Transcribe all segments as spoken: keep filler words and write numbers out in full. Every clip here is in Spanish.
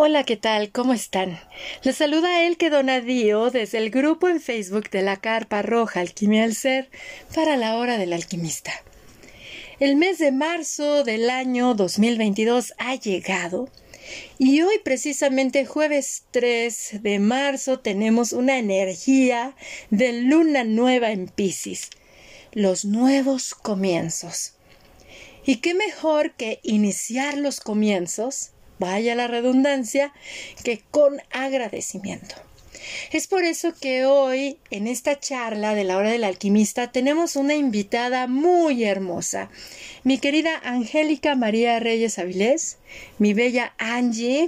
Hola, ¿qué tal? ¿Cómo están? Les saluda Elke Donadío desde el grupo en Facebook de la Carpa Roja Alquimia del Ser para la Hora del Alquimista. El mes de marzo del año dos mil veintidós ha llegado y hoy, precisamente jueves tres de marzo, tenemos una energía de luna nueva en Piscis, los nuevos comienzos. Y qué mejor que iniciar los comienzos, vaya la redundancia, que con agradecimiento. Es por eso que hoy, en esta charla de la Hora del Alquimista, tenemos una invitada muy hermosa, mi querida Angélica María Reyes Avilés, mi bella Angie,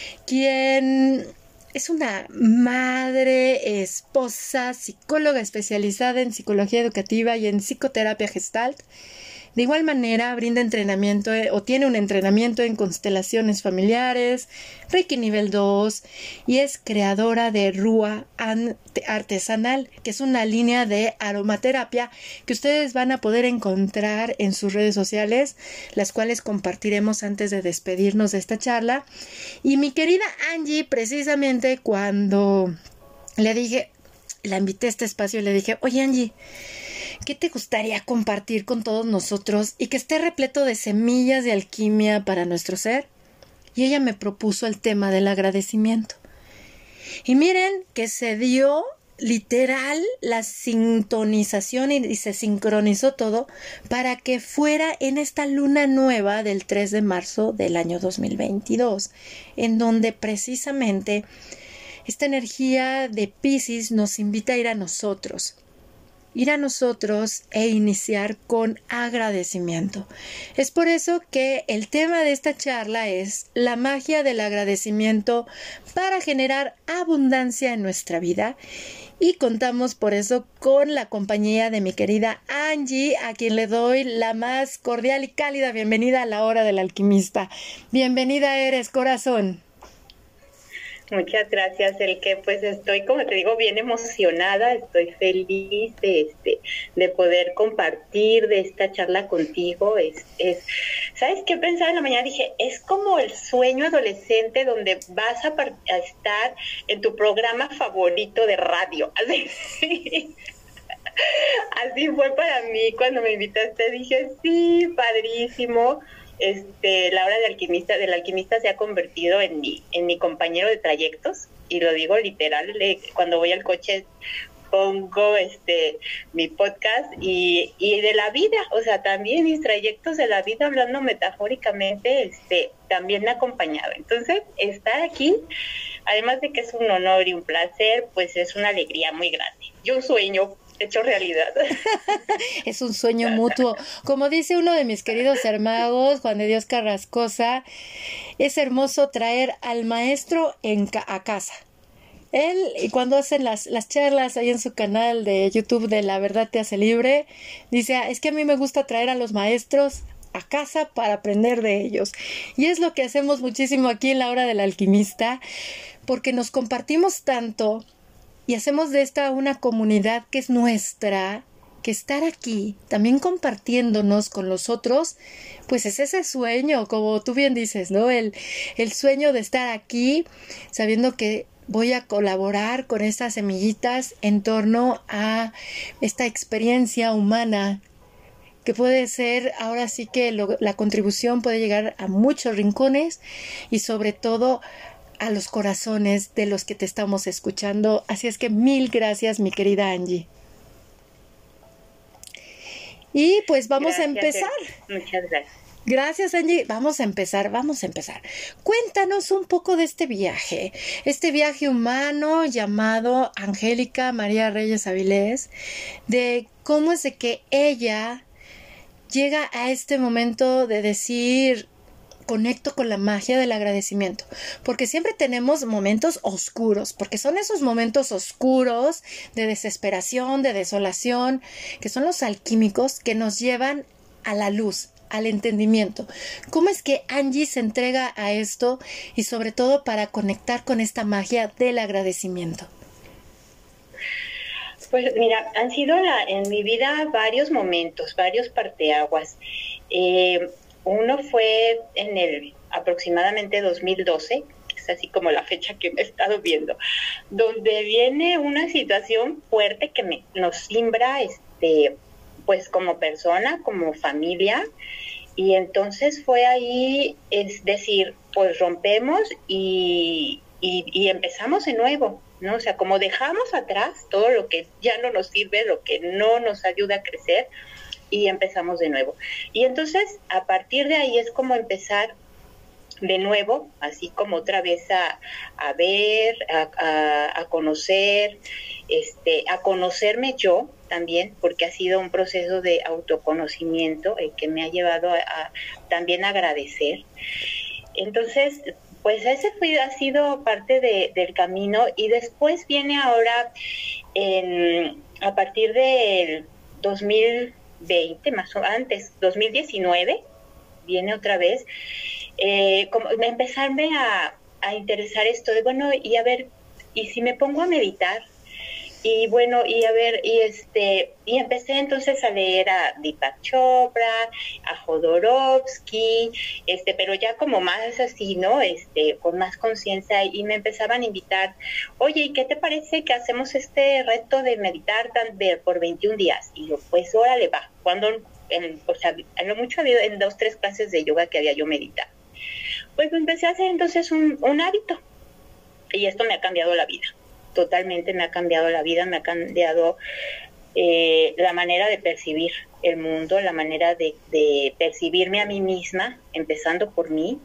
quien es una madre, esposa, psicóloga especializada en psicología educativa y en psicoterapia gestalt. De igual manera, brinda entrenamiento eh, o tiene un entrenamiento en constelaciones familiares, Reiki nivel dos, y es creadora de Rúa Artesanal, que es una línea de aromaterapia que ustedes van a poder encontrar en sus redes sociales, las cuales compartiremos antes de despedirnos de esta charla. Y mi querida Angie, precisamente cuando le dije, la invité a este espacio y le dije, oye Angie, ¿qué te gustaría compartir con todos nosotros y que esté repleto de semillas de alquimia para nuestro ser? Y ella me propuso el tema del agradecimiento. Y miren que se dio literal la sintonización y, y se sincronizó todo para que fuera en esta luna nueva del tres de marzo del año dos mil veintidós, en donde precisamente esta energía de Piscis nos invita a ir a nosotros. ir a nosotros e iniciar con agradecimiento. Es por eso que el tema de esta charla es la magia del agradecimiento para generar abundancia en nuestra vida, y contamos por eso con la compañía de mi querida Angie, a quien le doy la más cordial y cálida bienvenida a la Hora del Alquimista. Bienvenida eres, corazón. Muchas gracias, Elke. Pues estoy, como te digo, bien emocionada, estoy feliz de, este, de poder compartir de esta charla contigo. Es, es, ¿sabes qué pensaba en la mañana? Dije, es como el sueño adolescente donde vas a, a estar en tu programa favorito de radio. Así, así fue para mí cuando me invitaste. Dije, sí, padrísimo. Este, la Hora del Alquimista, del Alquimista se ha convertido en mi, en mi compañero de trayectos, y lo digo literal, eh, cuando voy al coche pongo este mi podcast y, y de la vida, o sea, también mis trayectos de la vida, hablando metafóricamente, este, también me ha acompañado. Entonces, estar aquí, además de que es un honor y un placer, pues es una alegría muy grande y un sueño hecho realidad. Es un sueño mutuo. Como dice uno de mis queridos hermanos, Juan de Dios Carrascosa, es hermoso traer al maestro en ca- a casa. Él, y cuando hacen las, las charlas ahí en su canal de YouTube de La Verdad Te Hace Libre, dice, ah, es que a mí me gusta traer a los maestros a casa para aprender de ellos. Y es lo que hacemos muchísimo aquí en la Hora del Alquimista, porque nos compartimos tanto y hacemos de esta una comunidad que es nuestra, que estar aquí también compartiéndonos con los otros, pues es ese sueño, como tú bien dices, ¿no? El, el sueño de estar aquí sabiendo que voy a colaborar con estas semillitas en torno a esta experiencia humana que puede ser, ahora sí que lo, la contribución puede llegar a muchos rincones y sobre todo a los corazones de los que te estamos escuchando. Así es que mil gracias, mi querida Angie. Y pues vamos Gracias, a empezar. Muchas gracias. Gracias, Angie. Vamos a empezar, vamos a empezar. Cuéntanos un poco de este viaje, este viaje humano llamado Angélica María Reyes Avilés, de cómo es de que ella llega a este momento de decir, conecto con la magia del agradecimiento, porque siempre tenemos momentos oscuros, porque son esos momentos oscuros de desesperación, de desolación, que son los alquímicos que nos llevan a la luz, al entendimiento. ¿Cómo es que Angie se entrega a esto y sobre todo para conectar con esta magia del agradecimiento? Pues mira, han sido la, en mi vida varios momentos, varios parteaguas. Eh, Uno fue en el aproximadamente dos mil doce, es así como la fecha que me he estado viendo, donde viene una situación fuerte que me, nos simbra, este, pues como persona, como familia, y entonces fue ahí, es decir, pues rompemos y, y, y empezamos de nuevo, ¿no? O sea, como dejamos atrás todo lo que ya no nos sirve, lo que no nos ayuda a crecer, y empezamos de nuevo. Y entonces, a partir de ahí es como empezar de nuevo, así como otra vez a, a ver, a, a, a conocer, este, a conocerme yo también, porque ha sido un proceso de autoconocimiento el que me ha llevado a, a también agradecer. Entonces, pues ese fue, ha sido parte de, del camino, y después viene ahora, en, a partir del dos mil veinte, más o antes, dos mil diecinueve, viene otra vez, eh, como empezarme a, a interesar esto de, bueno, y a ver, y si me pongo a meditar, y bueno, y a ver, y este, y empecé entonces a leer a Deepak Chopra, a Jodorowsky, este, pero ya como más así, ¿no? Este, con más conciencia, y me empezaban a invitar, oye, ¿y qué te parece que hacemos este reto de meditar tan de, por veintiún días? Y yo, pues órale, va, cuando, en, o sea, en lo mucho había en dos, tres clases de yoga que había yo meditado. Pues empecé a hacer entonces un, un hábito, y esto me ha cambiado la vida. Totalmente me ha cambiado la vida, me ha cambiado eh, la manera de percibir el mundo, la manera de, de percibirme a mí misma, empezando por mí.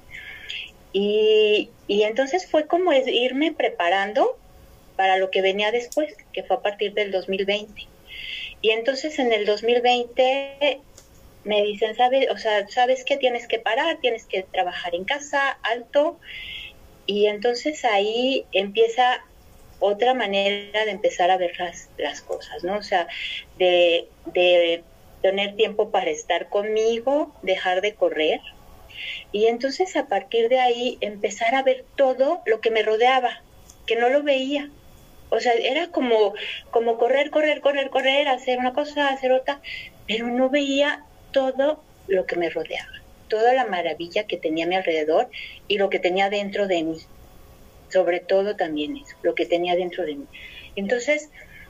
Y, y entonces fue como irme preparando para lo que venía después, que fue a partir del dos mil veinte. Y entonces en el dos mil veinte me dicen, ¿sabes? O sea, ¿sabes qué? Tienes que parar, tienes que trabajar en casa, alto. Y entonces ahí empieza otra manera de empezar a ver las, las cosas, ¿no? O sea, de, de tener tiempo para estar conmigo, dejar de correr, y entonces a partir de ahí empezar a ver todo lo que me rodeaba, que no lo veía. O sea, era como, como correr, correr, correr, correr, hacer una cosa, hacer otra, pero no veía todo lo que me rodeaba, toda la maravilla que tenía a mi alrededor y lo que tenía dentro de mí. Sobre todo también eso, lo que tenía dentro de mí. Entonces,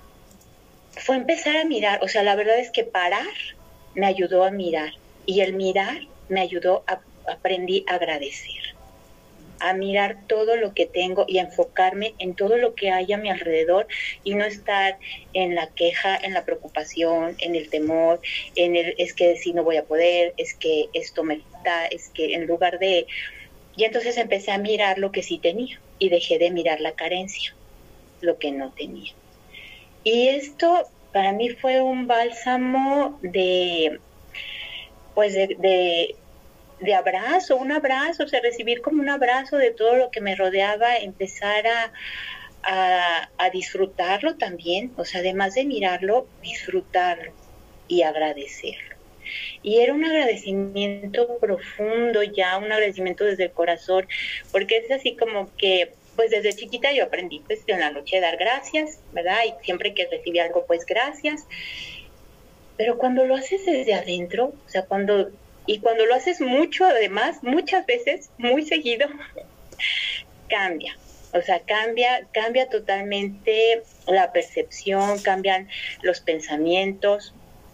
fue empezar a mirar, o sea, la verdad es que parar me ayudó a mirar, y el mirar me ayudó a, aprendí a agradecer, a mirar todo lo que tengo y a enfocarme en todo lo que hay a mi alrededor, y no estar en la queja, en la preocupación, en el temor, en el, es que si no voy a poder, es que esto me da, es que en lugar de... Y entonces empecé a mirar lo que sí tenía, y dejé de mirar la carencia, lo que no tenía. Y esto para mí fue un bálsamo de, pues de, de, de abrazo, un abrazo, o sea, recibir como un abrazo de todo lo que me rodeaba, empezar a, a, a disfrutarlo también, o sea, además de mirarlo, disfrutarlo y agradecerlo. Y era un agradecimiento profundo ya, un agradecimiento desde el corazón, porque es así como que, pues desde chiquita yo aprendí pues en la noche dar gracias, ¿verdad? Y siempre que recibí algo, pues gracias. Pero cuando lo haces desde adentro, o sea, cuando, y cuando lo haces mucho además, muchas veces, muy seguido, cambia. O sea, cambia, cambia totalmente la percepción, cambian los pensamientos.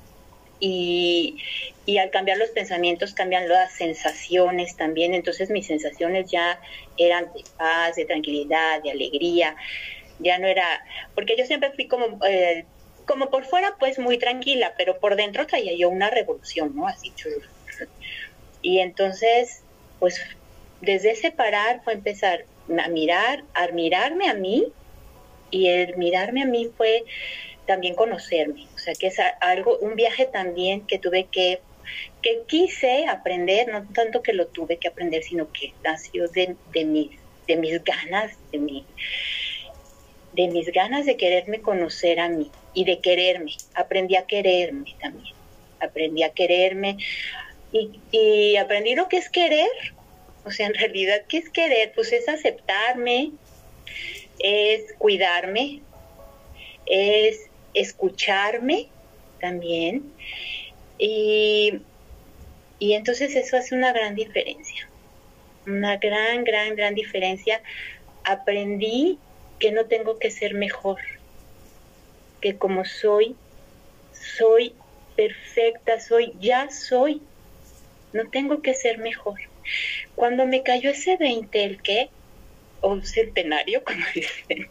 Y, y al cambiar los pensamientos cambian las sensaciones también. Entonces mis sensaciones ya eran de paz, de tranquilidad, de alegría. Ya no era, porque yo siempre fui como eh, como por fuera pues muy tranquila, pero por dentro traía yo una revolución, ¿no? Así chulo. Y entonces pues desde ese parar fue empezar a mirar, a mirarme a mí, y el mirarme a mí fue también conocerme, o sea, que es algo, un viaje también que tuve que, que quise aprender, no tanto que lo tuve que aprender, sino que nació de, de, mis, de mis ganas, de, mi, de mis ganas de quererme conocer a mí y de quererme. Aprendí a quererme también, aprendí a quererme y, y aprendí lo que es querer, o sea, en realidad, ¿qué es querer? Pues es aceptarme, es cuidarme, es escucharme también, y, y entonces eso hace una gran diferencia. una gran, gran, gran diferencia. Aprendí que no tengo que ser mejor, que como soy, soy perfecta, soy, ya soy, no tengo que ser mejor. Cuando me cayó ese veinte, ¿el qué? O un centenario, como dicen,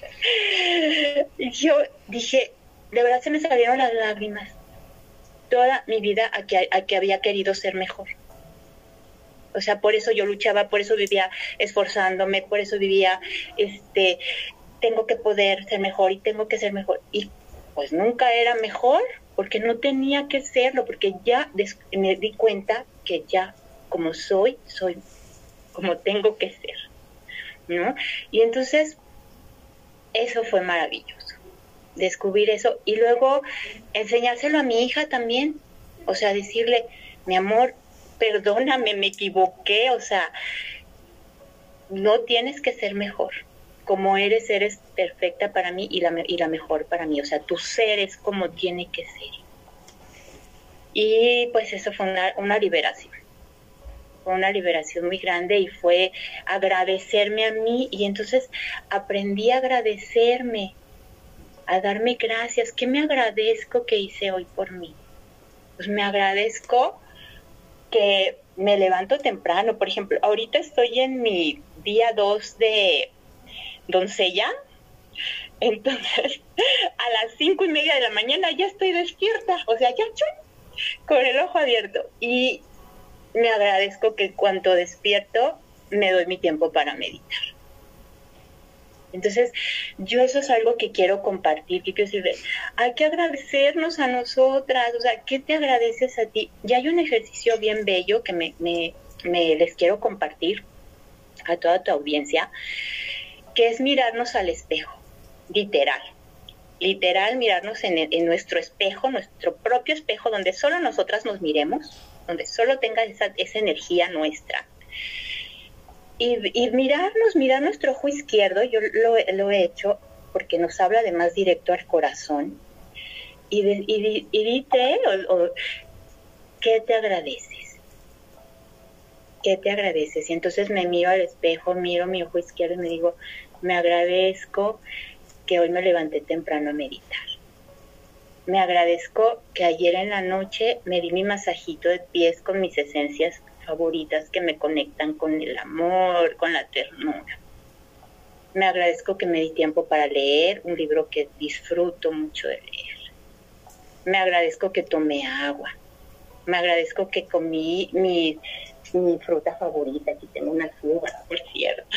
yo dije, de verdad se me salieron las lágrimas. Toda mi vida a que, a que había querido ser mejor. O sea, por eso yo luchaba, por eso vivía esforzándome, por eso vivía, este, tengo que poder ser mejor y tengo que ser mejor. Y pues nunca era mejor, porque no tenía que serlo, porque ya des- me di cuenta que ya como soy, soy como tengo que ser, ¿no? Y entonces, eso fue maravilloso, descubrir eso. Y luego enseñárselo a mi hija también, o sea, decirle, mi amor, perdóname, me equivoqué, o sea, no tienes que ser mejor. Como eres, eres perfecta para mí y la, y la mejor para mí. O sea, tu ser es como tiene que ser. Y pues eso fue una, una liberación. Fue una liberación muy grande y fue agradecerme a mí. Y entonces aprendí a agradecerme, a darme gracias. ¿Qué me agradezco que hice hoy por mí? Pues me agradezco que me levanto temprano. Por ejemplo, ahorita estoy en mi día dos de doncella, entonces a las cinco y media de la mañana ya estoy despierta, o sea, ya chun, con el ojo abierto. Y me agradezco que cuando despierto me doy mi tiempo para meditar. Entonces, yo eso es algo que quiero compartir, que quiero decirle, hay que agradecernos a nosotras, o sea, ¿qué te agradeces a ti? Ya hay un ejercicio bien bello que me, me, me les quiero compartir a toda tu audiencia, que es mirarnos al espejo, literal. Literal, mirarnos en, en nuestro espejo, nuestro propio espejo, donde solo nosotras nos miremos, donde solo tenga esa, esa energía nuestra. Y, y mirarnos, mirar nuestro ojo izquierdo, yo lo, lo he hecho porque nos habla además directo al corazón. Y, de, y, y dite, o, o, ¿qué te agradeces? ¿Qué te agradeces? Y entonces me miro al espejo, miro mi ojo izquierdo y me digo, me agradezco que hoy me levanté temprano a meditar. Me agradezco que ayer en la noche me di mi masajito de pies con mis esencias favoritas que me conectan con el amor, con la ternura. Me agradezco que me di tiempo para leer un libro que disfruto mucho de leer. Me agradezco que tomé agua. Me agradezco que comí mi, mi fruta favorita. Aquí tengo unas uvas, por cierto.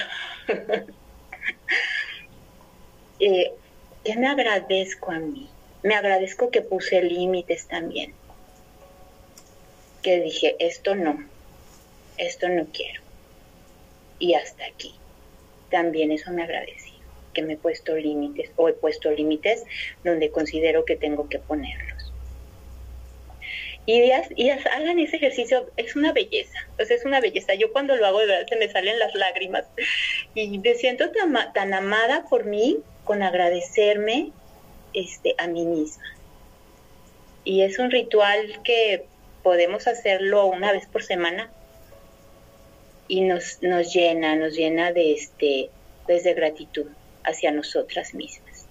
eh, ¿Qué me agradezco a mí? Me agradezco que puse límites también. Que dije, esto no. Esto no quiero. Y hasta aquí. También eso me agradecí, que me he puesto límites, o he puesto límites donde considero que tengo que ponerlos. Y, y hagan ese ejercicio, es una belleza, o sea, es una belleza. Yo cuando lo hago, de verdad, se me salen las lágrimas. Y me siento tan, tan amada por mí, con agradecerme este, a mí misma. Y es un ritual que podemos hacerlo una vez por semana. Y nos, nos llena, nos llena de, este, pues de gratitud hacia nosotras mismas.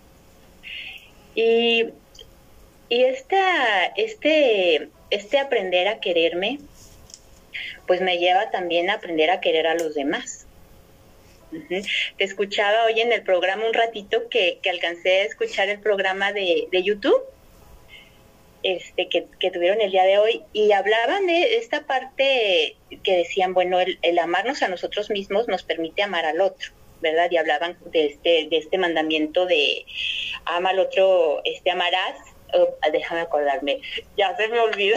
Y, y esta, este, este aprender a quererme, pues me lleva también a aprender a querer a los demás. Uh-huh. Te escuchaba hoy en el programa un ratito que, que alcancé a escuchar el programa de, de YouTube. Este, que, que tuvieron el día de hoy, y hablaban de esta parte que decían, bueno, el, el amarnos a nosotros mismos nos permite amar al otro, ¿verdad? Y hablaban de este, de este mandamiento de ama al otro, este, amarás, oh, déjame acordarme, ya se me olvida.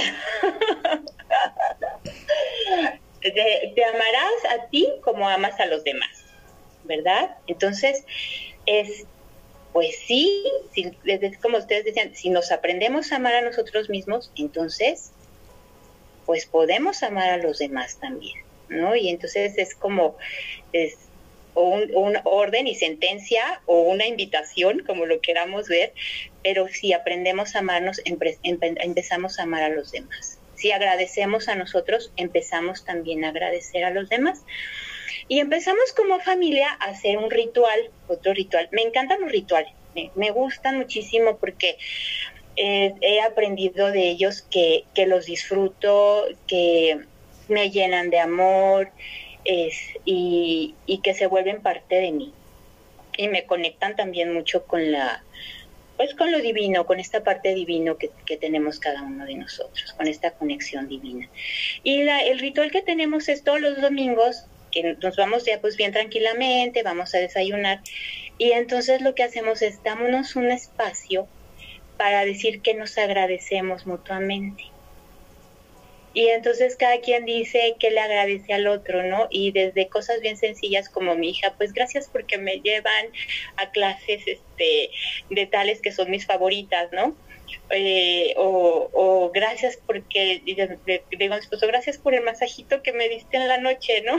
te, te amarás a ti como amas a los demás, ¿verdad? Entonces, es Pues sí, si, como ustedes decían, si nos aprendemos a amar a nosotros mismos, entonces, pues podemos amar a los demás también, ¿no? Y entonces es como es un, un orden y sentencia o una invitación, como lo queramos ver, pero si aprendemos a amarnos, empe, empe, empezamos a amar a los demás. si agradecemos a nosotros, empezamos también a agradecer a los demás. Y empezamos como familia a hacer un ritual, otro ritual. Me encantan los rituales, me, me gustan muchísimo porque eh, he aprendido de ellos que, que los disfruto, que me llenan de amor es, y, y que se vuelven parte de mí. Y me conectan también mucho con la, pues con lo divino, con esta parte divino que, que tenemos cada uno de nosotros, con esta conexión divina. Y la, el ritual que tenemos es todos los domingos, que nos vamos ya pues bien tranquilamente, vamos a desayunar, y entonces lo que hacemos es dámonos un espacio para decir que nos agradecemos mutuamente. Y entonces cada quien dice que le agradece al otro, ¿no? Y desde cosas bien sencillas como mi hija, pues gracias porque me llevan a clases este, de tales que son mis favoritas, ¿no? Eh, o, o gracias porque, digo a mi esposo, gracias por el masajito que me diste en la noche, ¿no?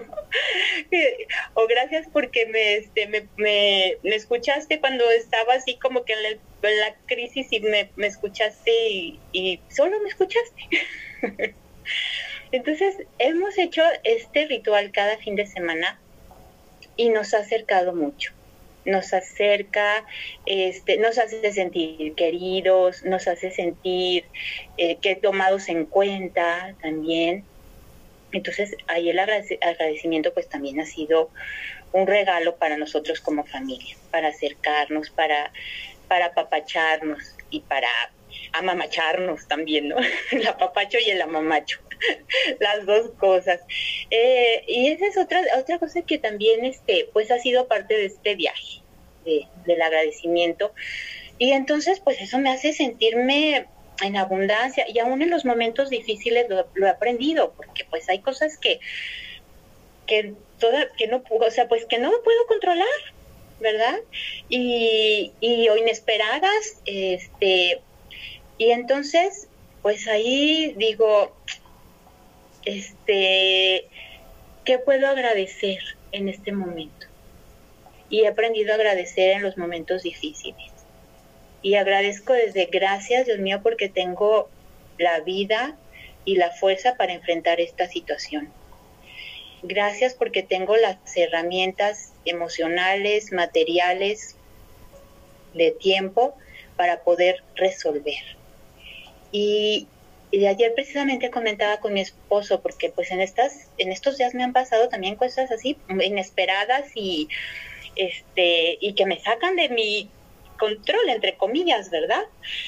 O gracias porque me, este, me, me, me escuchaste cuando estaba así como que en la, en la crisis y me, me escuchaste y, y solo me escuchaste. Entonces hemos hecho este ritual cada fin de semana y nos ha acercado mucho, nos acerca, este, nos hace sentir queridos, nos hace sentir eh, que tomados en cuenta también. Entonces ahí el agradecimiento pues también ha sido un regalo para nosotros como familia, para acercarnos, para, para apapacharnos y para amamacharnos también, ¿no? El apapacho y el amamacho, las dos cosas. Eh, y esa es otra otra cosa que también este pues ha sido parte de este viaje, de, del agradecimiento. Y entonces pues eso me hace sentirme en abundancia, y aún en los momentos difíciles lo, lo he aprendido, porque pues hay cosas que que toda que no o sea pues que no puedo controlar, ¿verdad? Y, y o inesperadas, este y entonces pues ahí digo, este ¿qué puedo agradecer en este momento? Y he aprendido a agradecer en los momentos difíciles. Y agradezco desde gracias, Dios mío, porque tengo la vida y la fuerza para enfrentar esta situación. Gracias porque tengo las herramientas emocionales, materiales, de tiempo para poder resolver. Y, y ayer precisamente comentaba con mi esposo, porque pues en estas, en estos días me han pasado también cosas así inesperadas y este, y que me sacan de mi control, entre comillas, ¿verdad?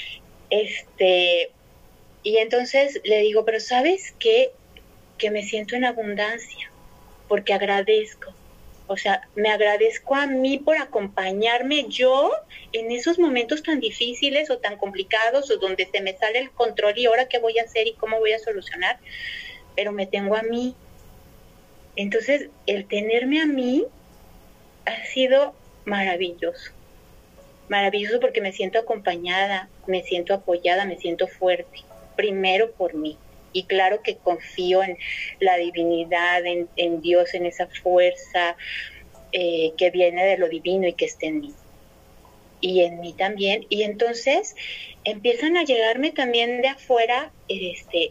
Este, y entonces le digo, pero ¿sabes qué? Que me siento en abundancia, porque agradezco. O sea, me agradezco a mí por acompañarme yo en esos momentos tan difíciles o tan complicados o donde se me sale el control y ahora qué voy a hacer y cómo voy a solucionar, pero me tengo a mí. Entonces, el tenerme a mí ha sido maravilloso. Maravilloso porque me siento acompañada, me siento apoyada, me siento fuerte. Primero por mí. Y claro que confío en la divinidad, en, en Dios, en esa fuerza eh, que viene de lo divino y que está en mí. Y en mí también. Y entonces empiezan a llegarme también de afuera, este,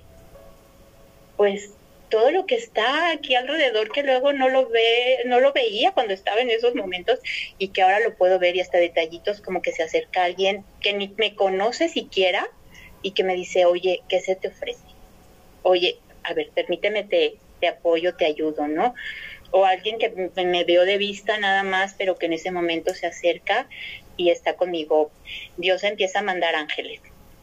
pues todo lo que está aquí alrededor que luego no lo ve, no lo veía cuando estaba en esos momentos y que ahora lo puedo ver, y hasta detallitos como que se acerca alguien que ni me conoce siquiera y que me dice, oye, ¿qué se te ofrece? Oye, a ver, permíteme, te, te apoyo, te ayudo, ¿no? O alguien que me, me veo de vista nada más, pero que en ese momento se acerca y está conmigo. Dios empieza a mandar ángeles.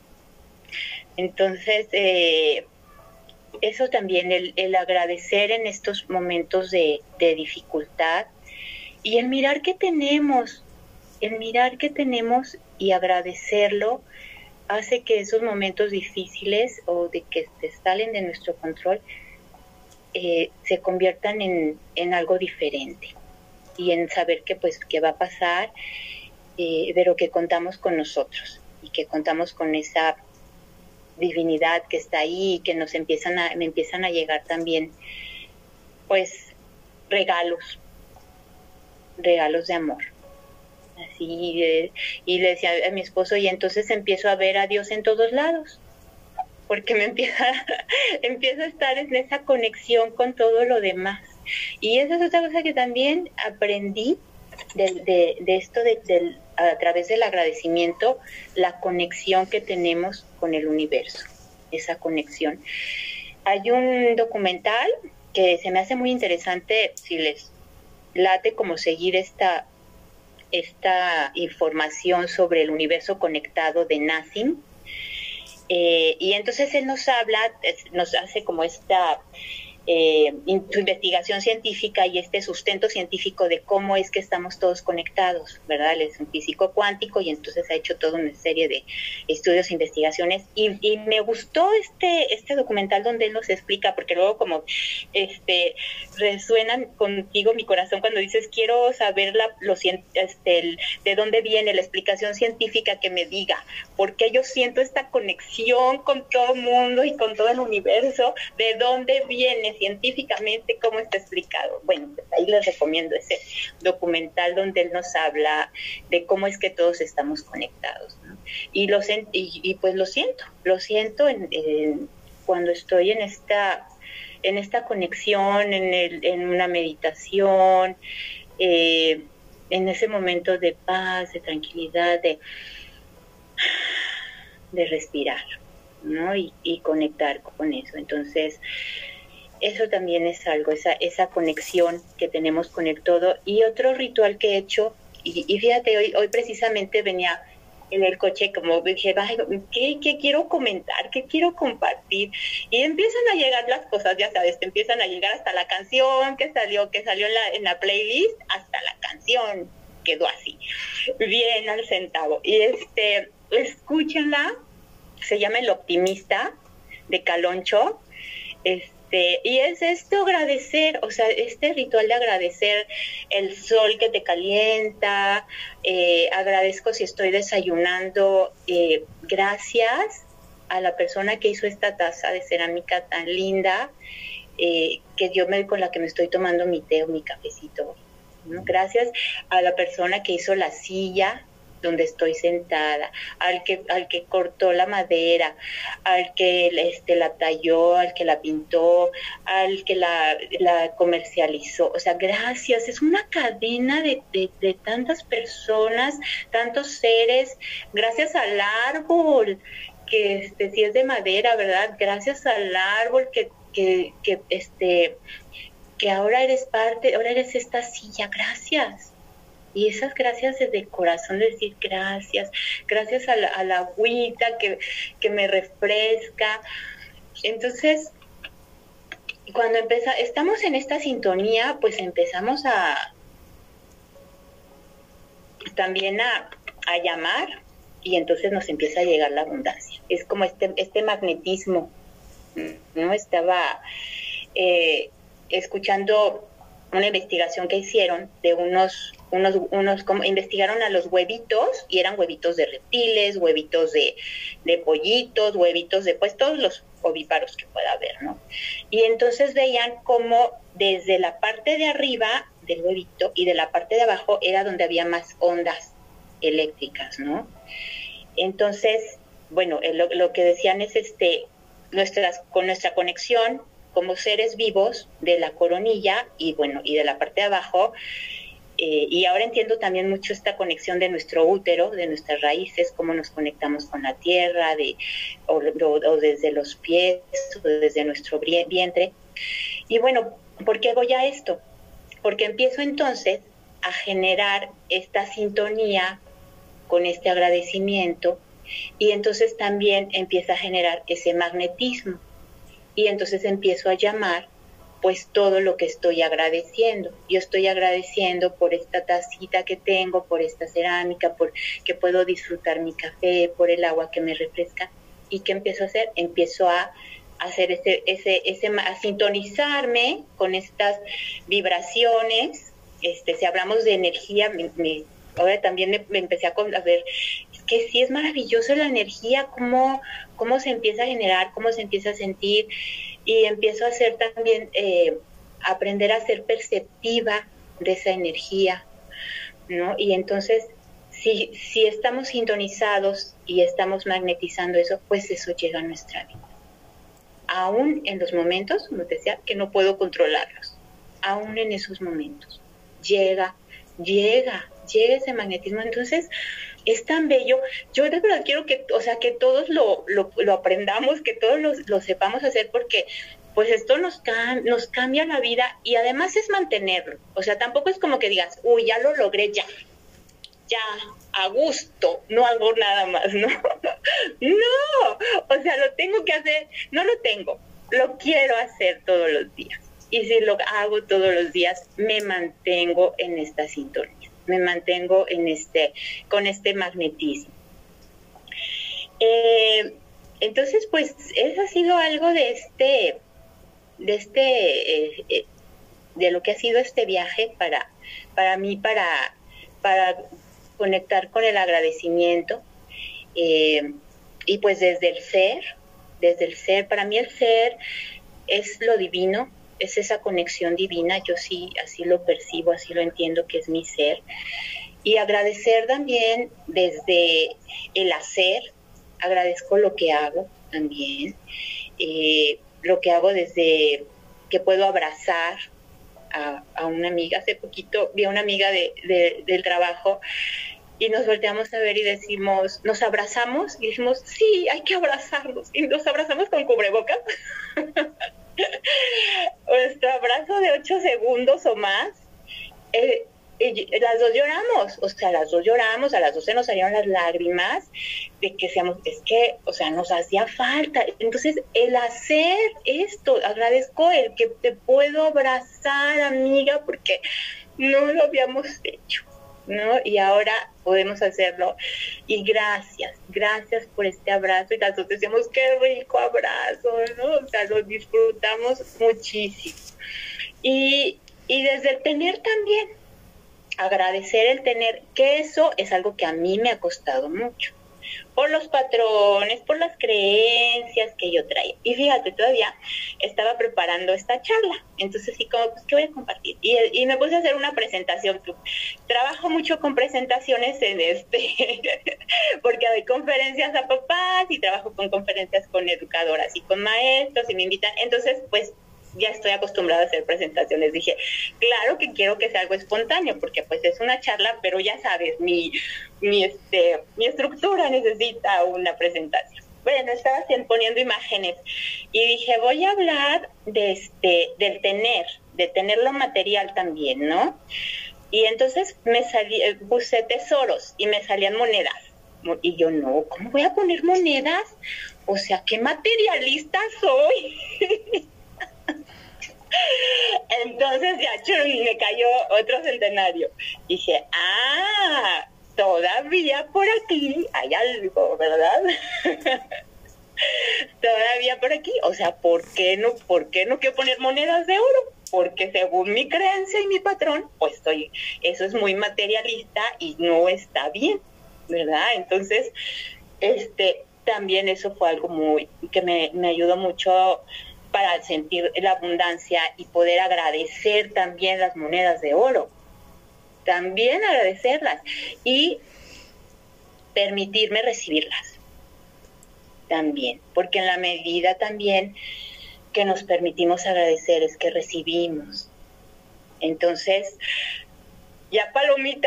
Entonces, eh, eso también, el, el agradecer en estos momentos de, de dificultad y el mirar que tenemos, el mirar que tenemos y agradecerlo, hace que esos momentos difíciles o de que se salen de nuestro control eh, se conviertan en, en algo diferente y en saber que pues que va a pasar, eh, pero que contamos con nosotros y que contamos con esa divinidad que está ahí y que nos empiezan a, me empiezan a llegar también pues regalos, regalos de amor. Así, eh, y le decía a mi esposo, y entonces empiezo a ver a Dios en todos lados, porque me empieza, empiezo a estar en esa conexión con todo lo demás. Y esa es otra cosa que también aprendí de, de, de esto, de, de, a través del agradecimiento, la conexión que tenemos con el universo, esa conexión. Hay un documental que se me hace muy interesante, si les late como seguir esta, esta información sobre el universo conectado de Nassim. Eh, y entonces él nos habla, nos hace como esta eh, su investigación científica y este sustento científico de cómo es que estamos todos conectados, ¿verdad? Él es un físico cuántico y entonces ha hecho toda una serie de estudios e investigaciones y, y me gustó este, este documental donde él nos explica, porque luego como este resuenan contigo mi corazón cuando dices quiero saber la, lo, este, el, de dónde viene la explicación científica que me diga, porque yo siento esta conexión con todo el mundo y con todo el universo, de dónde viene científicamente, cómo está explicado. Bueno, pues ahí les recomiendo ese documental donde él nos habla de cómo es que todos estamos conectados, ¿no? Y, lo, y, y pues lo siento, lo siento en, en, cuando estoy en esta, en esta conexión, en, el, en una meditación, eh, en ese momento de paz, de tranquilidad, de, de respirar, ¿no? Y, y conectar con eso. Entonces, eso también es algo, esa, esa conexión que tenemos con el todo. Y otro ritual que he hecho, y, y fíjate, hoy, hoy precisamente venía en el coche, como dije, ¿qué, ¿qué quiero comentar? ¿Qué quiero compartir? Y empiezan a llegar las cosas, ya sabes, te empiezan a llegar hasta la canción que salió, que salió en la, en la playlist, hasta la canción quedó así, bien al centavo. Y este, escúchenla, se llama El Optimista, de Caloncho, este, y es esto, agradecer, o sea, este ritual de agradecer el sol que te calienta, eh, agradezco si estoy desayunando, eh, gracias a la persona que hizo esta taza de cerámica tan linda, eh, que yo me, con la que me estoy tomando mi té o mi cafecito, ¿no? Gracias a la persona que hizo la silla donde estoy sentada, al que al que cortó la madera, al que este la talló, al que la pintó, al que la, la comercializó. O sea, gracias. Es una cadena de, de, de tantas personas, tantos seres. Gracias al árbol, que este si es de madera, ¿verdad? Gracias al árbol que, que, que este que ahora eres parte, ahora eres esta silla. Gracias. Y esas gracias desde el corazón, de decir gracias, gracias a la, a la agüita que, que me refresca. Entonces, cuando empieza, estamos en esta sintonía, pues empezamos a también a, a llamar y entonces nos empieza a llegar la abundancia. Es como este, este magnetismo, ¿no? Estaba eh, escuchando una investigación que hicieron de unos, unos, unos, como investigaron a los huevitos, y eran huevitos de reptiles, huevitos de, de pollitos, huevitos de, pues, todos los ovíparos que pueda haber, ¿no? Y entonces veían cómo desde la parte de arriba del huevito y de la parte de abajo era donde había más ondas eléctricas, ¿no? Entonces, bueno, lo, lo que decían es, este, nuestras, con nuestra conexión como seres vivos de la coronilla y bueno, y de la parte de abajo, eh, y ahora entiendo también mucho esta conexión de nuestro útero, de nuestras raíces, cómo nos conectamos con la tierra, de, o, o, o desde los pies, o desde nuestro vientre. Y bueno, ¿por qué voy a esto? Porque empiezo entonces a generar esta sintonía con este agradecimiento, y entonces también empieza a generar ese magnetismo. Y entonces empiezo a llamar pues todo lo que estoy agradeciendo. Yo estoy agradeciendo por esta tacita que tengo, por esta cerámica, por que puedo disfrutar mi café, por el agua que me refresca. ¿Y qué empiezo a hacer? Empiezo a hacer ese, ese, ese, a sintonizarme con estas vibraciones. Este, si hablamos de energía, me, me, ahora también me, me empecé a, a ver que sí es maravilloso la energía, cómo, cómo se empieza a generar, cómo se empieza a sentir, y empiezo a hacer también, eh, aprender a ser perceptiva de esa energía, ¿no? Y entonces, si, si estamos sintonizados y estamos magnetizando eso, pues eso llega a nuestra vida. aún en los momentos, como te decía, que no puedo controlarlos, aún en esos momentos. Llega, llega, llega ese magnetismo. Entonces, es tan bello. Yo de verdad quiero que, o sea, que todos lo, lo, lo aprendamos, que todos lo, lo sepamos hacer, porque pues esto nos, cam nos cambia la vida y además es mantenerlo. O sea, tampoco es como que digas, uy, ya lo logré, ya, ya, a gusto, no hago nada más, ¿no? No, o sea, lo tengo que hacer, no lo tengo, lo quiero hacer todos los días. Y si lo hago todos los días, me mantengo en esta sintonía, me mantengo en este, con este magnetismo. Eh, entonces, pues, eso ha sido algo de este... de este eh, eh, de lo que ha sido este viaje para para mí para para conectar con el agradecimiento, eh, y pues desde el ser desde el ser para mí el ser es lo divino, es esa conexión divina. Yo sí así lo percibo, así lo entiendo, que es mi ser. Y agradecer también desde el hacer. Agradezco lo que hago también, eh, lo que hago desde que puedo abrazar a, a una amiga. Hace poquito vi a una amiga de, de, del trabajo y nos volteamos a ver y decimos, nos abrazamos y dijimos, sí, hay que abrazarnos. Y nos abrazamos con cubrebocas. Nuestro abrazo de ocho segundos o más, eh, Y las dos lloramos, o sea, las dos lloramos, a las dos se nos salieron las lágrimas de que seamos, es que, o sea, nos hacía falta. Entonces, el hacer esto, agradezco el que te puedo abrazar, amiga, porque no lo habíamos hecho, ¿no? Y ahora podemos hacerlo. Y gracias, gracias por este abrazo. Y las dos decíamos, qué rico abrazo, ¿no? O sea, lo disfrutamos muchísimo. Y, y desde el tener también, agradecer el tener, que eso es algo que a mí me ha costado mucho, por los patrones, por las creencias que yo traía. Y fíjate, todavía estaba preparando esta charla, entonces sí, como, pues, ¿qué voy a compartir? Y, y me puse a hacer una presentación. Trabajo mucho con presentaciones en este, porque doy conferencias a papás y trabajo con conferencias con educadoras y con maestros y me invitan, entonces pues ya estoy acostumbrada a hacer presentaciones. Dije, claro que quiero que sea algo espontáneo, porque pues es una charla, pero ya sabes, mi, mi, este, mi estructura necesita una presentación. Bueno, estaba poniendo imágenes y dije, voy a hablar de este, del tener, de tener lo material también, ¿no? Y entonces me salí, puse tesoros y me salían monedas. Y yo, no, ¿cómo voy a poner monedas? O sea, qué materialista soy. Entonces ya chum, me cayó otro centenario. Dije, ah, todavía por aquí hay algo, ¿verdad? Todavía por aquí, o sea, ¿por qué no, por qué no quiero poner monedas de oro? Porque según mi creencia y mi patrón, pues estoy, eso es muy materialista y no está bien, ¿verdad? Entonces, este, también eso fue algo muy, que me, me ayudó mucho para sentir la abundancia y poder agradecer también las monedas de oro, también agradecerlas y permitirme recibirlas también, porque en la medida también que nos permitimos agradecer es que recibimos. Entonces, ya palomita,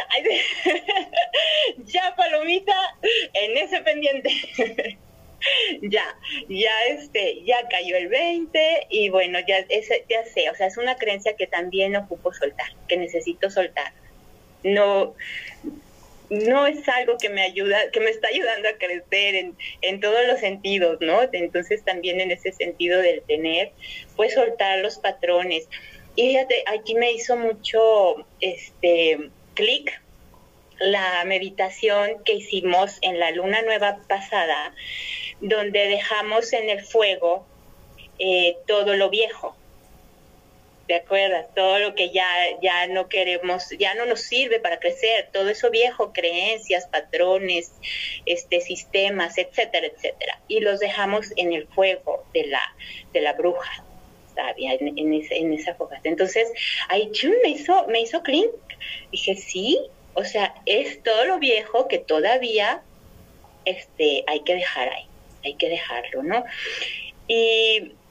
ya palomita en ese pendiente. Ya, ya este, ya cayó el veinte y bueno, ya, ese, ya sé, o sea, es una creencia que también ocupo soltar, que necesito soltar. No, no es algo que me ayuda, que me está ayudando a crecer en, en todos los sentidos, ¿no? Entonces también en ese sentido del tener, pues soltar los patrones. Y fíjate, aquí me hizo mucho este clic la meditación que hicimos en la luna nueva pasada, donde dejamos en el fuego eh, todo lo viejo. ¿Te acuerdas? Todo lo que ya, ya no queremos, ya no nos sirve para crecer, todo eso viejo, creencias, patrones, este, sistemas, etcétera, etcétera. Y los dejamos en el fuego de la, de la bruja, ¿sabes? En, en, ese, en esa fogata. Entonces, ahí chum, me hizo, me hizo clic. Dije, sí, o sea, es todo lo viejo que todavía este, hay que dejar ahí, hay que dejarlo, ¿no? Y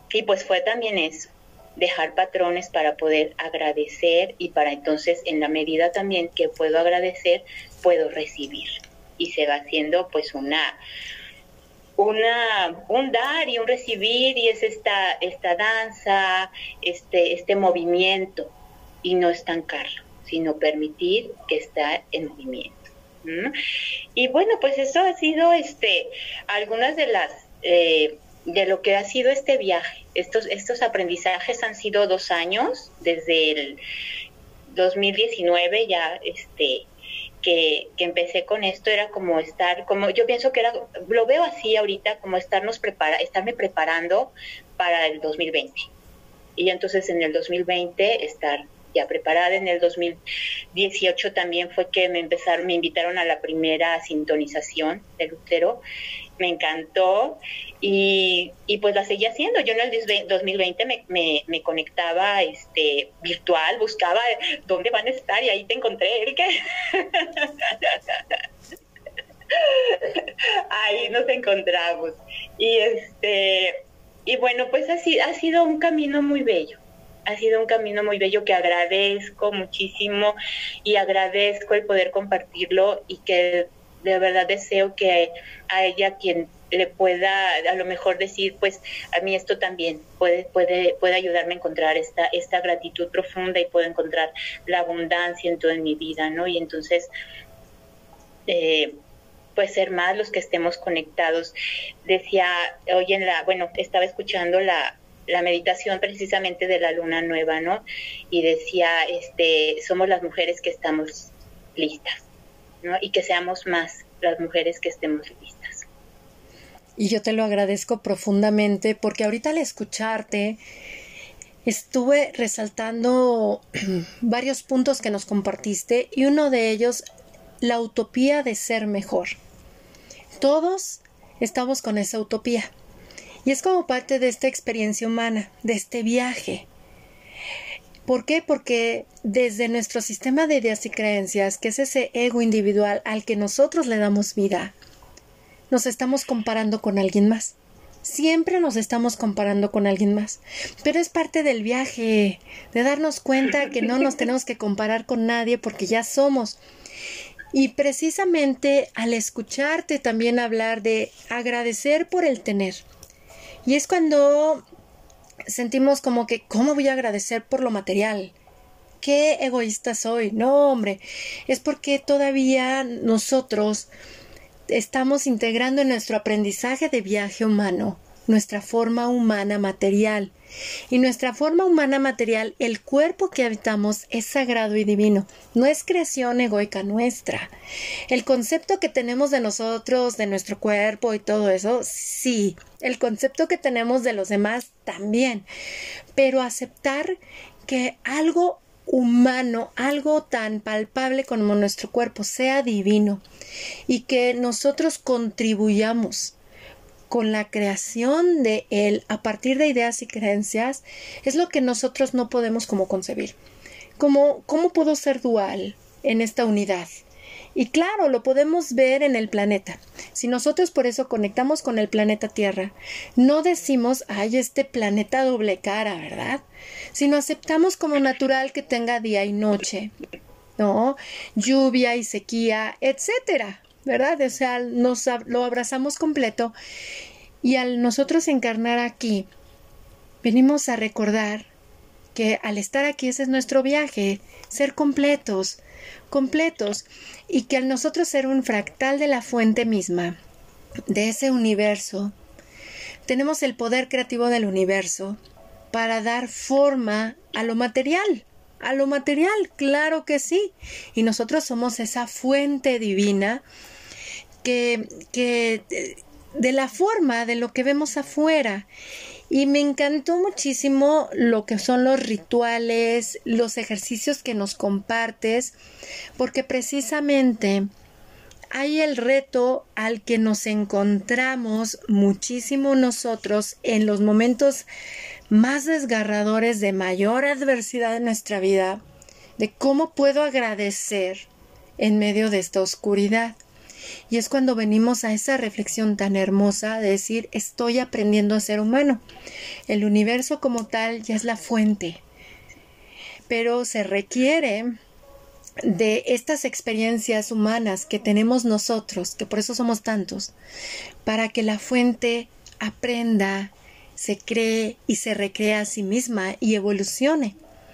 y pues fue también eso, dejar patrones para poder agradecer y para entonces en la medida también que puedo agradecer, puedo recibir. Y se va haciendo pues una, una, un dar y un recibir, y es esta, esta danza, este, este movimiento, y no estancarlo, sino permitir que está en movimiento. ¿Mm? Y bueno, pues eso ha sido este, algunas de las... Eh, de lo que ha sido este viaje. Estos, estos aprendizajes han sido dos años, desde el dos mil diecinueve ya este, que, que empecé con esto, era como estar, como yo pienso que era, lo veo así ahorita, como estarnos prepara, estarme preparando para el dos mil veinte. Y entonces en el dos mil veinte estar ya preparada. En el dos mil dieciocho también fue que me empezaron, me invitaron a la primera sintonización del útero. Me encantó y, y pues la seguí haciendo. Yo en el dos mil veinte me, me, me conectaba este, virtual, buscaba dónde van a estar y ahí te encontré, Erika. Ahí nos encontramos. Y este y bueno, pues así ha sido un camino muy bello. Ha sido un camino muy bello que agradezco muchísimo y agradezco el poder compartirlo, y que de verdad deseo que a ella, quien le pueda a lo mejor decir, pues a mí esto también puede puede puede ayudarme a encontrar esta esta gratitud profunda, y puedo encontrar la abundancia en toda mi vida, ¿no? Y entonces eh, pues ser más los que estemos conectados. Decía hoy en la, bueno, estaba escuchando la la meditación precisamente de la luna nueva, ¿no? Y decía, este, somos las mujeres que estamos listas, ¿no? Y que seamos más las mujeres que estemos listas. Y yo te lo agradezco profundamente, porque ahorita al escucharte estuve resaltando varios puntos que nos compartiste, y uno de ellos, la utopía de ser mejor. Todos estamos con esa utopía. Y es como parte de esta experiencia humana, de este viaje. ¿Por qué? Porque desde nuestro sistema de ideas y creencias, que es ese ego individual al que nosotros le damos vida, nos estamos comparando con alguien más. Siempre nos estamos comparando con alguien más. Pero es parte del viaje, de darnos cuenta que no nos tenemos que comparar con nadie, porque ya somos. Y precisamente al escucharte también hablar de agradecer por el tener. Y es cuando sentimos como que, ¿cómo voy a agradecer por lo material? ¡Qué egoísta soy! No, hombre, es porque todavía nosotros estamos integrando en nuestro aprendizaje de viaje humano nuestra forma humana material. Y nuestra forma humana material, el cuerpo que habitamos, es sagrado y divino. No es creación egoica nuestra. El concepto que tenemos de nosotros, de nuestro cuerpo y todo eso, sí. El concepto que tenemos de los demás, también. Pero aceptar que algo humano, algo tan palpable como nuestro cuerpo, sea divino, y que nosotros contribuyamos con la creación de él a partir de ideas y creencias, es lo que nosotros no podemos como concebir. ¿Cómo, cómo puedo ser dual en esta unidad? Y claro, lo podemos ver en el planeta. Si nosotros por eso conectamos con el planeta Tierra, no decimos, ay, este planeta doble cara, ¿verdad? Sino aceptamos como natural que tenga día y noche, ¿no? Lluvia y sequía, etcétera, ¿verdad? O sea, nos lo abrazamos completo, y al nosotros encarnar aquí, venimos a recordar que al estar aquí ese es nuestro viaje, ser completos, completos, y que al nosotros ser un fractal de la fuente misma, de ese universo, tenemos el poder creativo del universo para dar forma a lo material. A lo material, claro que sí. Y nosotros somos esa fuente divina que, que de la forma de lo que vemos afuera. Y me encantó muchísimo lo que son los rituales, los ejercicios que nos compartes, porque precisamente hay el reto al que nos encontramos muchísimo nosotros en los momentos más desgarradores de mayor adversidad en nuestra vida, de cómo puedo agradecer en medio de esta oscuridad. Y es cuando venimos a esa reflexión tan hermosa de decir, estoy aprendiendo a ser humano. El universo como tal ya es la fuente, pero se requiere de estas experiencias humanas que tenemos nosotros, que por eso somos tantos, para que la fuente aprenda, se cree y se recrea a sí misma y evolucione.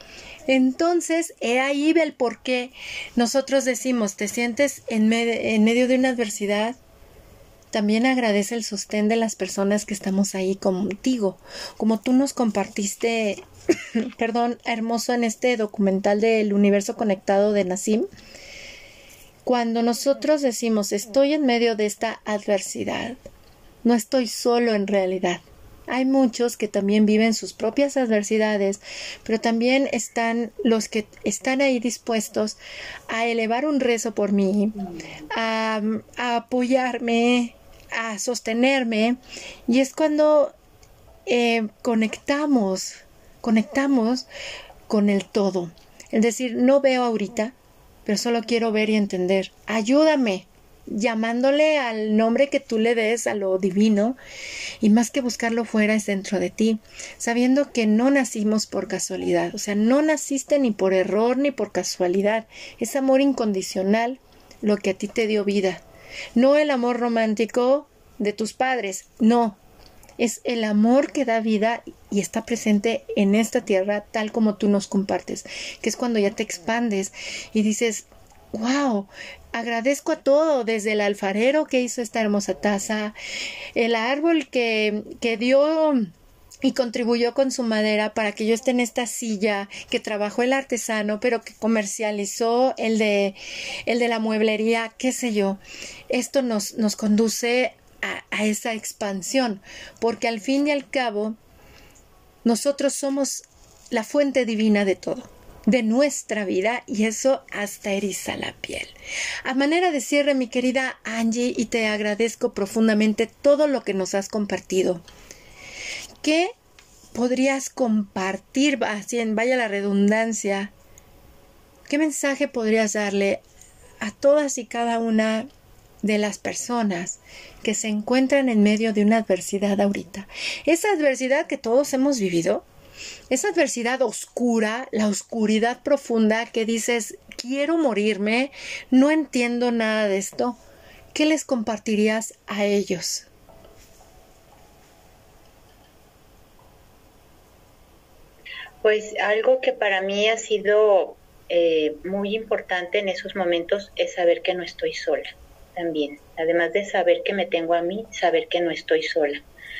Entonces, he ahí el por qué nosotros decimos, te sientes en, me- en medio de una adversidad, también agradece el sostén de las personas que estamos ahí contigo, como tú nos compartiste, perdón, hermoso en este documental del Universo Conectado de Nassim. Cuando nosotros decimos, estoy en medio de esta adversidad, no estoy solo en realidad. Hay muchos que también viven sus propias adversidades, pero también están los que están ahí dispuestos a elevar un rezo por mí, a, a apoyarme, a sostenerme, y es cuando eh, conectamos, conectamos con el todo. Es decir, no veo ahorita, pero solo quiero ver y entender. Ayúdame, llamándole al nombre que tú le des a lo divino, y más que buscarlo fuera es dentro de ti, sabiendo que no nacimos por casualidad, o sea, no naciste ni por error ni por casualidad, es amor incondicional lo que a ti te dio vida, no el amor romántico de tus padres, no, es el amor que da vida y está presente en esta tierra tal como tú nos compartes, que es cuando ya te expandes y dices, wow, agradezco a todo, desde el alfarero que hizo esta hermosa taza, el árbol que, que dio y contribuyó con su madera para que yo esté en esta silla, que trabajó el artesano, pero que comercializó el de, el de la mueblería, qué sé yo. Esto nos, nos conduce a, a esa expansión, porque al fin y al cabo, nosotros somos la fuente divina de todo, de nuestra vida, y eso hasta eriza la piel. A manera de cierre, mi querida Angie, y te agradezco profundamente todo lo que nos has compartido. ¿Qué podrías compartir, así en vaya la redundancia, qué mensaje podrías darle a todas y cada una de las personas que se encuentran en medio de una adversidad ahorita? Esa adversidad que todos hemos vivido, esa adversidad oscura, la oscuridad profunda que dices, quiero morirme, no entiendo nada de esto. ¿Qué les compartirías a ellos? Pues algo que para mí ha sido eh, muy importante en esos momentos es saber que no estoy sola también. Además de saber que me tengo a mí, saber que no estoy sola.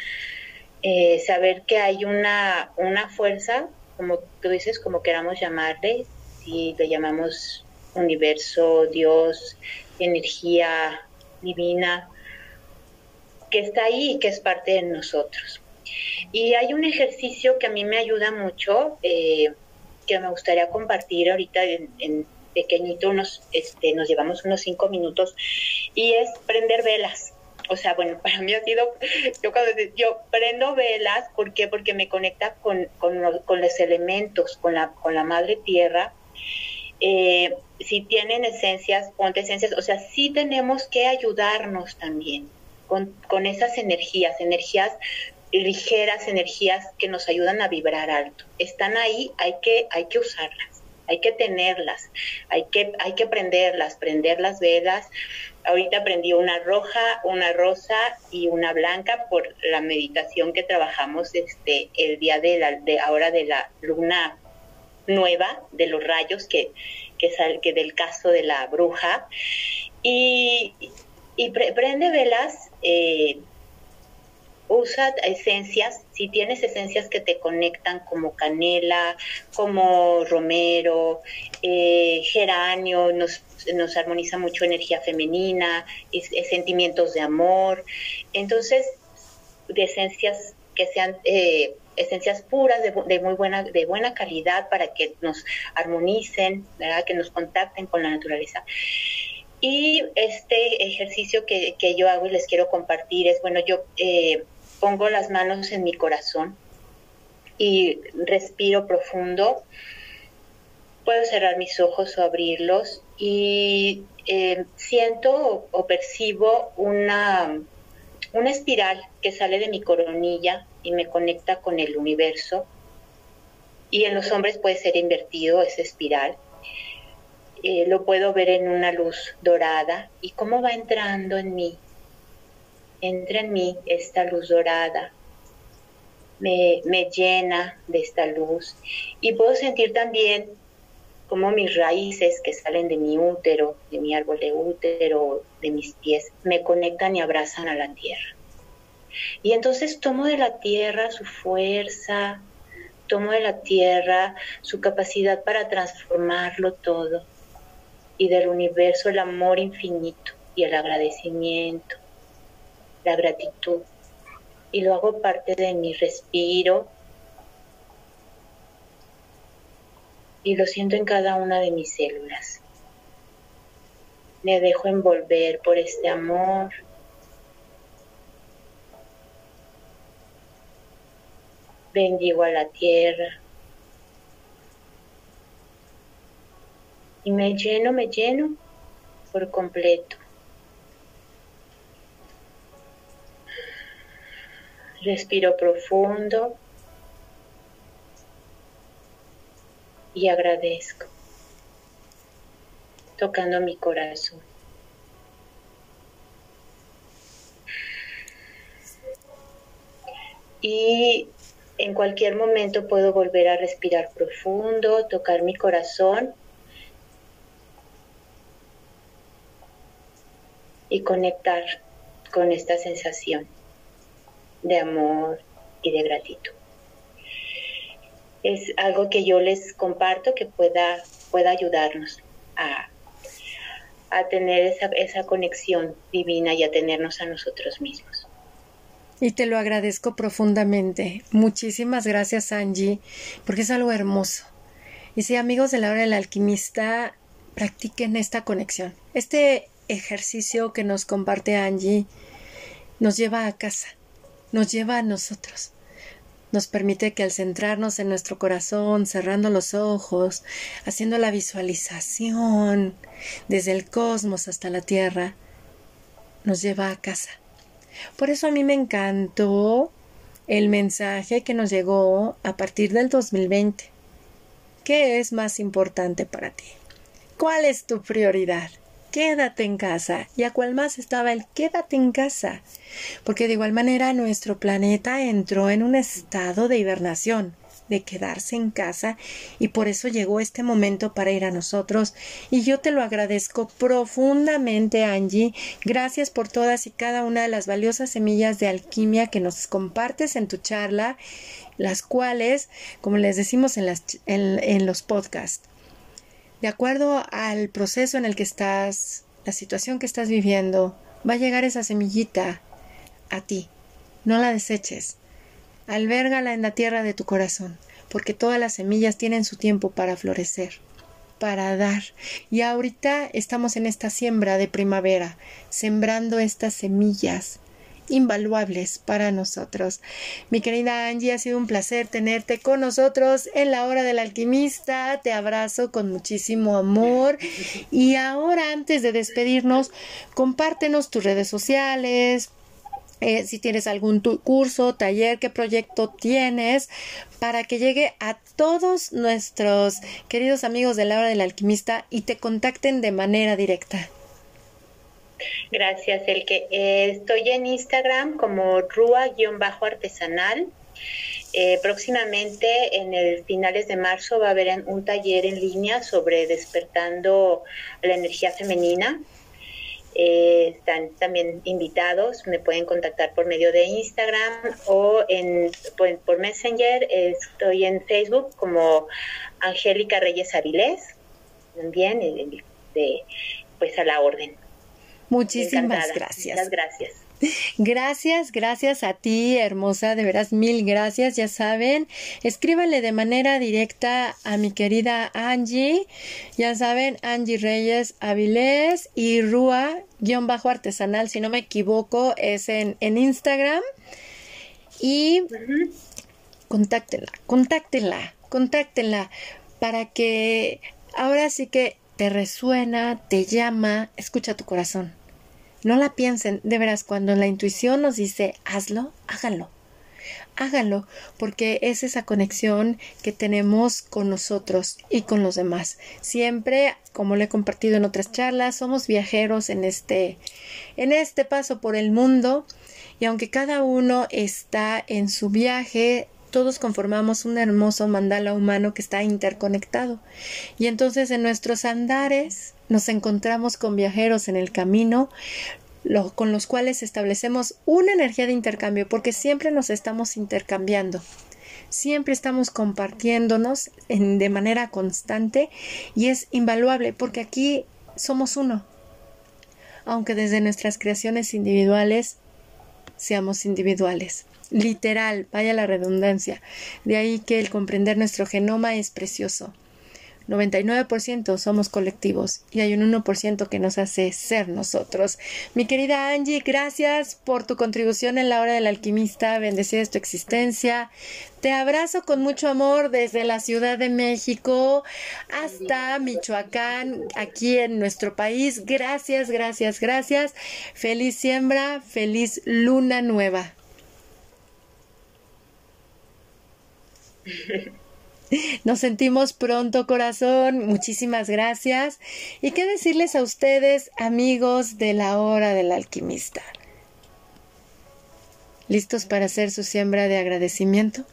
Eh, saber que hay una, una fuerza, como tú dices, como queramos llamarle, si le llamamos universo, Dios, energía divina, que está ahí y que es parte de nosotros. Y hay un ejercicio que a mí me ayuda mucho, eh, que me gustaría compartir ahorita en, en pequeñito, unos, este, nos llevamos unos cinco minutos, y es prender velas. O sea, bueno, para mí ha sido, yo cuando yo prendo velas, ¿por qué? Porque me conecta con, con, los, con los elementos, con la, con la madre tierra. Eh, si tienen esencias, ponte esencias, o sea, sí tenemos que ayudarnos también con, con esas energías, energías ligeras, energías que nos ayudan a vibrar alto. Están ahí, hay que, hay que usarlas, hay que tenerlas, hay que, hay que prenderlas, prender las velas. Ahorita prendí una roja, una rosa y una blanca por la meditación que trabajamos este el día de la de ahora de la luna nueva, de los rayos que que sal, que del caso de la bruja, y y pre, prende velas, eh, usa esencias, si tienes esencias que te conectan como canela, como romero, eh, geranio, nos, nos armoniza mucho energía femenina, es, es sentimientos de amor. Entonces, de esencias que sean eh, esencias puras, de, de muy buena, de buena calidad, para que nos armonicen, ¿verdad? Que nos contacten con la naturaleza. Y este ejercicio que, que yo hago y les quiero compartir es, bueno, yo eh, pongo las manos en mi corazón y respiro profundo. Puedo cerrar mis ojos o abrirlos, y, eh, siento o, o percibo una, una espiral que sale de mi coronilla y me conecta con el universo. Y en los hombres puede ser invertido esa espiral. Eh, lo puedo ver en una luz dorada. ¿Y cómo va entrando en mí? Entra en mí esta luz dorada. Me, me llena de esta luz. Y puedo sentir también como mis raíces que salen de mi útero, de mi árbol de útero, de mis pies, me conectan y abrazan a la tierra. Y entonces tomo de la tierra su fuerza, tomo de la tierra su capacidad para transformarlo todo, y del universo el amor infinito y el agradecimiento, la gratitud, y lo hago parte de mi respiro, y lo siento en cada una de mis células. Me dejo envolver por este amor. Bendigo a la tierra. Y me lleno, me lleno por completo. Respiro profundo. Y agradezco, tocando mi corazón. Y en cualquier momento puedo volver a respirar profundo, tocar mi corazón y conectar con esta sensación de amor y de gratitud. Es algo que yo les comparto que pueda, pueda ayudarnos a, a tener esa, esa conexión divina y a tenernos a nosotros mismos. Y te lo agradezco profundamente. Muchísimas gracias, Angie, porque es algo hermoso. Y sí, amigos de la hora del alquimista, practiquen esta conexión. Este ejercicio que nos comparte Angie nos lleva a casa, nos lleva a nosotros. Nos permite que al centrarnos en nuestro corazón, cerrando los ojos, haciendo la visualización desde el cosmos hasta la tierra, nos lleva a casa. Por eso a mí me encantó el mensaje que nos llegó a partir del dos mil veinte. ¿Qué es más importante para ti? ¿Cuál es tu prioridad? Quédate en casa. Y a cuál más estaba el quédate en casa. Porque de igual manera nuestro planeta entró en un estado de hibernación, de quedarse en casa, y por eso llegó este momento para ir a nosotros. Y yo te lo agradezco profundamente, Angie. Gracias por todas y cada una de las valiosas semillas de alquimia que nos compartes en tu charla, las cuales, como les decimos en, las, en, en los podcasts, de acuerdo al proceso en el que estás, la situación que estás viviendo, va a llegar esa semillita a ti. No la deseches. Albérgala en la tierra de tu corazón, porque todas las semillas tienen su tiempo para florecer, para dar. Y ahorita estamos en esta siembra de primavera, sembrando estas semillas invaluables para nosotros. Mi querida Angie, ha sido un placer tenerte con nosotros en la hora del alquimista. Te abrazo con muchísimo amor. Y ahora, antes de despedirnos, compártenos tus redes sociales, eh, si tienes algún tu- curso, taller, qué proyecto tienes, para que llegue a todos nuestros queridos amigos de la hora del alquimista y te contacten de manera directa. Gracias, Elke. Eh, estoy en Instagram como rua-artesanal. Eh, próximamente, en el finales de marzo, va a haber un taller en línea sobre despertando la energía femenina. Eh, están también invitados, me pueden contactar por medio de Instagram o en, por, por Messenger. Estoy en Facebook como Angélica Reyes Avilés, también de, de, pues a la orden. Muchísimas Encantada. gracias. Muchas gracias. Gracias, gracias a ti, hermosa, de veras mil gracias. Ya saben, escríbanle de manera directa a mi querida Angie. Ya saben, Angie Reyes Avilés y Rua-artesanal, si no me equivoco, es en, en Instagram. Y uh-huh. contáctenla, contáctenla, contáctenla para que ahora sí que te resuena, te llama, escucha tu corazón. No la piensen, de veras, cuando la intuición nos dice hazlo, háganlo. Háganlo, porque es esa conexión que tenemos con nosotros y con los demás. Siempre, como lo he compartido en otras charlas, somos viajeros en este, en este paso por el mundo, y aunque cada uno está en su viaje, todos conformamos un hermoso mandala humano que está interconectado. Y entonces en nuestros andares nos encontramos con viajeros en el camino, Lo, con los cuales establecemos una energía de intercambio, porque siempre nos estamos intercambiando, siempre estamos compartiéndonos en, de manera constante, y es invaluable porque aquí somos uno, aunque desde nuestras creaciones individuales seamos individuales. Literal, vaya la redundancia. De ahí que el comprender nuestro genoma es precioso. noventa y nueve por ciento somos colectivos y hay un uno por ciento que nos hace ser nosotros. Mi querida Angie, gracias por tu contribución en la hora del alquimista. Bendecida es tu existencia. Te abrazo con mucho amor desde la Ciudad de México hasta Michoacán, aquí en nuestro país. Gracias, gracias, gracias. Feliz siembra, feliz luna nueva. Nos sentimos pronto, corazón. Muchísimas gracias. ¿Y qué decirles a ustedes, amigos de la hora del alquimista? ¿Listos para hacer su siembra de agradecimiento?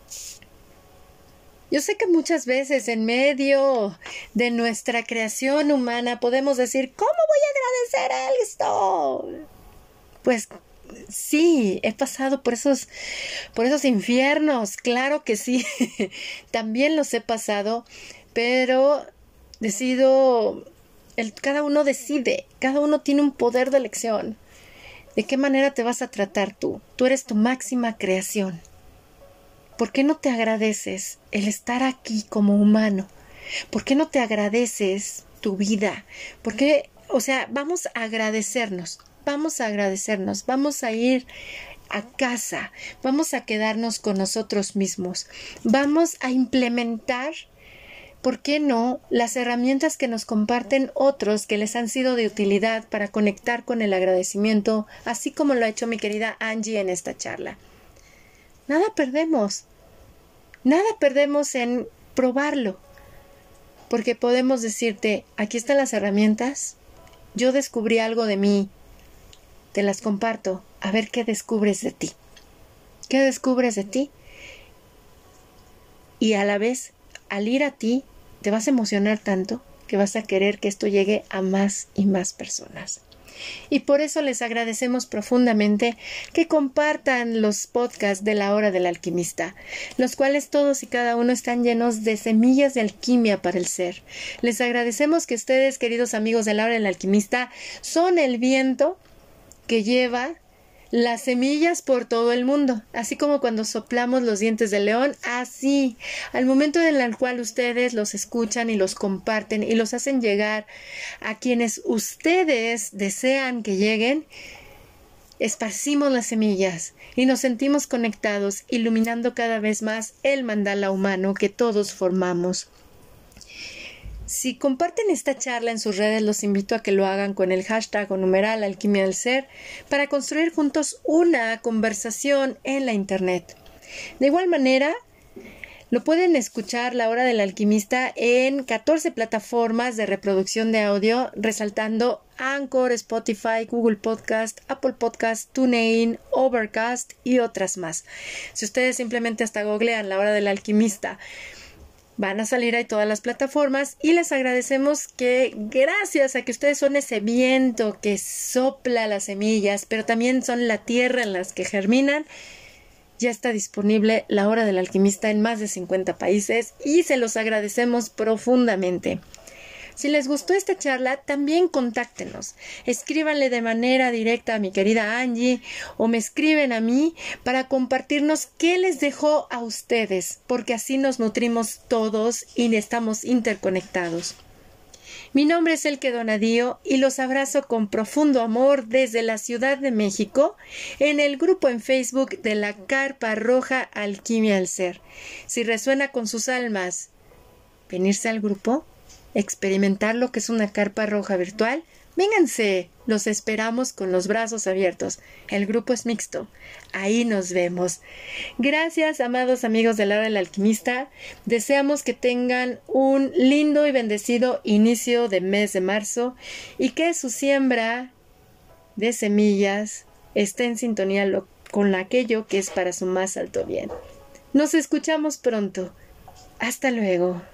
Yo sé que muchas veces en medio de nuestra creación humana podemos decir, ¿cómo voy a agradecer esto? Pues sí, he pasado por esos, por esos infiernos, claro que sí, también los he pasado, pero decido, el, cada uno decide, cada uno tiene un poder de elección. ¿De qué manera te vas a tratar tú? Tú eres tu máxima creación. ¿Por qué no te agradeces el estar aquí como humano? ¿Por qué no te agradeces tu vida? ¿Por qué? O sea, vamos a agradecernos. Vamos a agradecernos, vamos a ir a casa, vamos a quedarnos con nosotros mismos, vamos a implementar, ¿por qué no?, las herramientas que nos comparten otros que les han sido de utilidad para conectar con el agradecimiento, así como lo ha hecho mi querida Angie en esta charla. Nada perdemos, nada perdemos en probarlo, porque podemos decirte, aquí están las herramientas, yo descubrí algo de mí, te las comparto, a ver qué descubres de ti. ¿Qué descubres de ti? Y a la vez, al ir a ti, te vas a emocionar tanto que vas a querer que esto llegue a más y más personas. Y por eso les agradecemos profundamente que compartan los podcasts de la hora del alquimista, los cuales todos y cada uno están llenos de semillas de alquimia para el ser. Les agradecemos que ustedes, queridos amigos de la hora del alquimista, son el viento que lleva las semillas por todo el mundo, así como cuando soplamos los dientes del león, así, al momento en el cual ustedes los escuchan y los comparten y los hacen llegar a quienes ustedes desean que lleguen, esparcimos las semillas y nos sentimos conectados, iluminando cada vez más el mandala humano que todos formamos. Si comparten esta charla en sus redes, los invito a que lo hagan con el hashtag o numeral Alquimia del Ser para construir juntos una conversación en la internet. De igual manera, lo pueden escuchar La Hora del Alquimista en catorce plataformas de reproducción de audio, resaltando Anchor, Spotify, Google Podcast, Apple Podcast, TuneIn, Overcast y otras más. Si ustedes simplemente hasta googlean La Hora del Alquimista, van a salir ahí todas las plataformas y les agradecemos que gracias a que ustedes son ese viento que sopla las semillas, pero también son la tierra en las que germinan, ya está disponible La Hora del Alquimista en más de cincuenta países y se los agradecemos profundamente. Si les gustó esta charla, también contáctenos. Escríbanle de manera directa a mi querida Angie o me escriben a mí para compartirnos qué les dejó a ustedes, porque así nos nutrimos todos y estamos interconectados. Mi nombre es Elke Donadío y los abrazo con profundo amor desde la Ciudad de México en el grupo en Facebook de la Carpa Roja Alquimia del Ser. Si resuena con sus almas venirse al grupo, experimentar lo que es una carpa roja virtual, vénganse, los esperamos con los brazos abiertos. El grupo es mixto. Ahí nos vemos. Gracias, amados amigos de La Hora del Alquimista. Deseamos que tengan un lindo y bendecido inicio de mes de marzo y que su siembra de semillas esté en sintonía lo, con aquello que es para su más alto bien. Nos escuchamos pronto. Hasta luego.